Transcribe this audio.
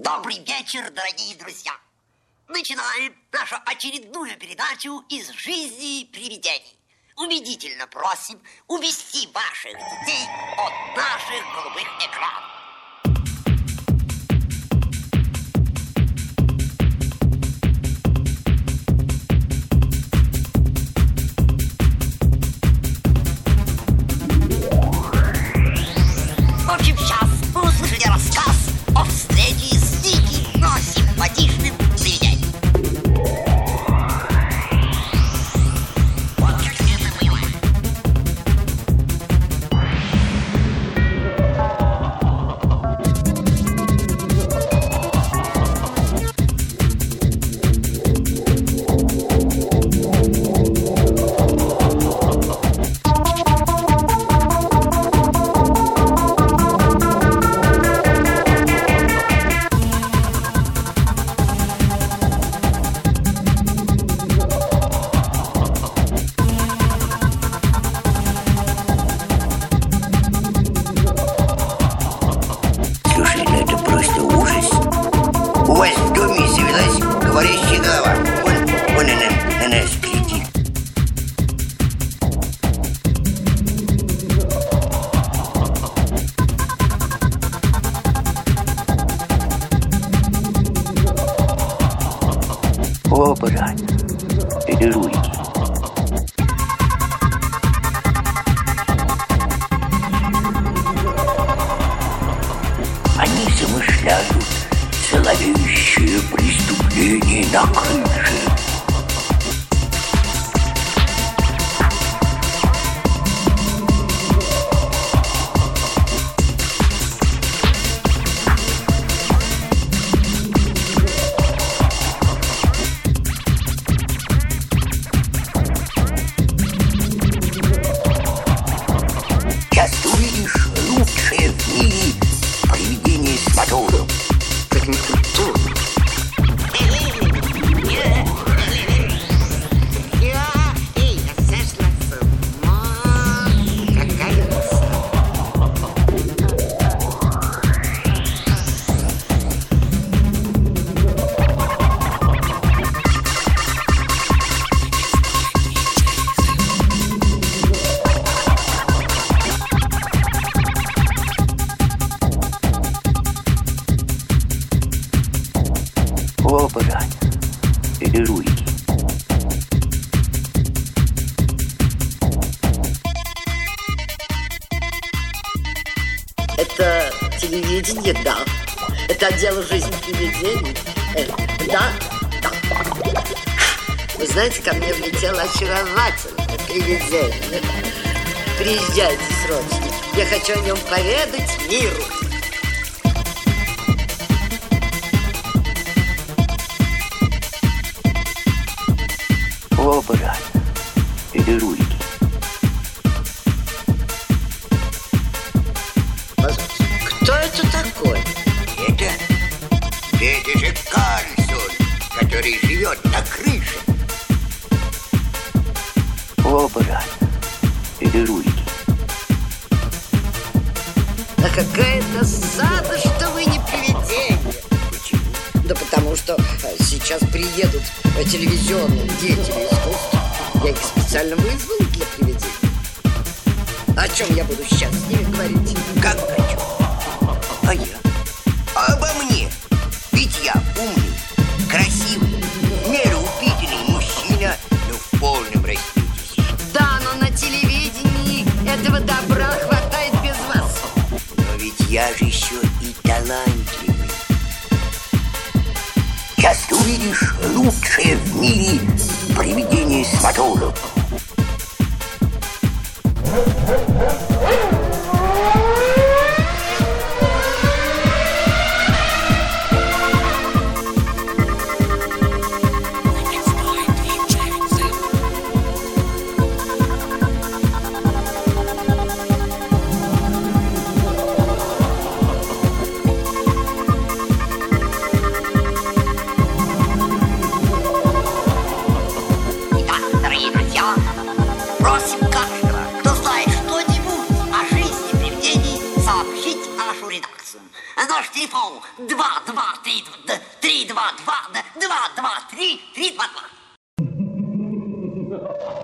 Добрый вечер, дорогие друзья! Начинаем нашу очередную передачу из жизни привидений. Убедительно просим увести ваших детей от наших голубых экранов. В общем, сейчас вы услышите рассказ о встрече с диким, но симпатичным привидением. Вот как это было. Слушай, ну это просто ужас. У вас в доме завелась говорящая голова. Вон она скрипит. О, брат, это руки. Они замышляют зловещее преступление на крыше. Сейчас ты увидишь лучшее в мире привидение с мотором. Так некультурно. Я сошла с ума. Какая О, брат, это руки. Это телевидение, да. Это отдел жизни привидений. Да. Вы знаете, ко мне влетело очаровательное привидение. Приезжайте срочно. Я хочу о нем поведать миру. О, брат, это руки. Позвольте, кто это такой? Это же Карлсон, который живет на крыше. О, брат, это руки. А какая досада, что вы не привидение. Почему? Да потому что сейчас приедут телевизионные деятели искусства. Я их специально вызвал для привидений. О чем я буду сейчас с ними говорить? Как о чем? А я? Обо мне. Ведь я умный, красивый, мироупитанный мужчина, но в полном расцвете. Да, но на телевидении этого добра хватает без вас. Но ведь я же еще и талантливый. Сейчас ты увидишь лучшее в мире привидение с мотором. Итак, дорогие друзья, просим каждого, кто знает что-нибудь о 3, 2, 2, 2, 2, 3, 3, 2, 2.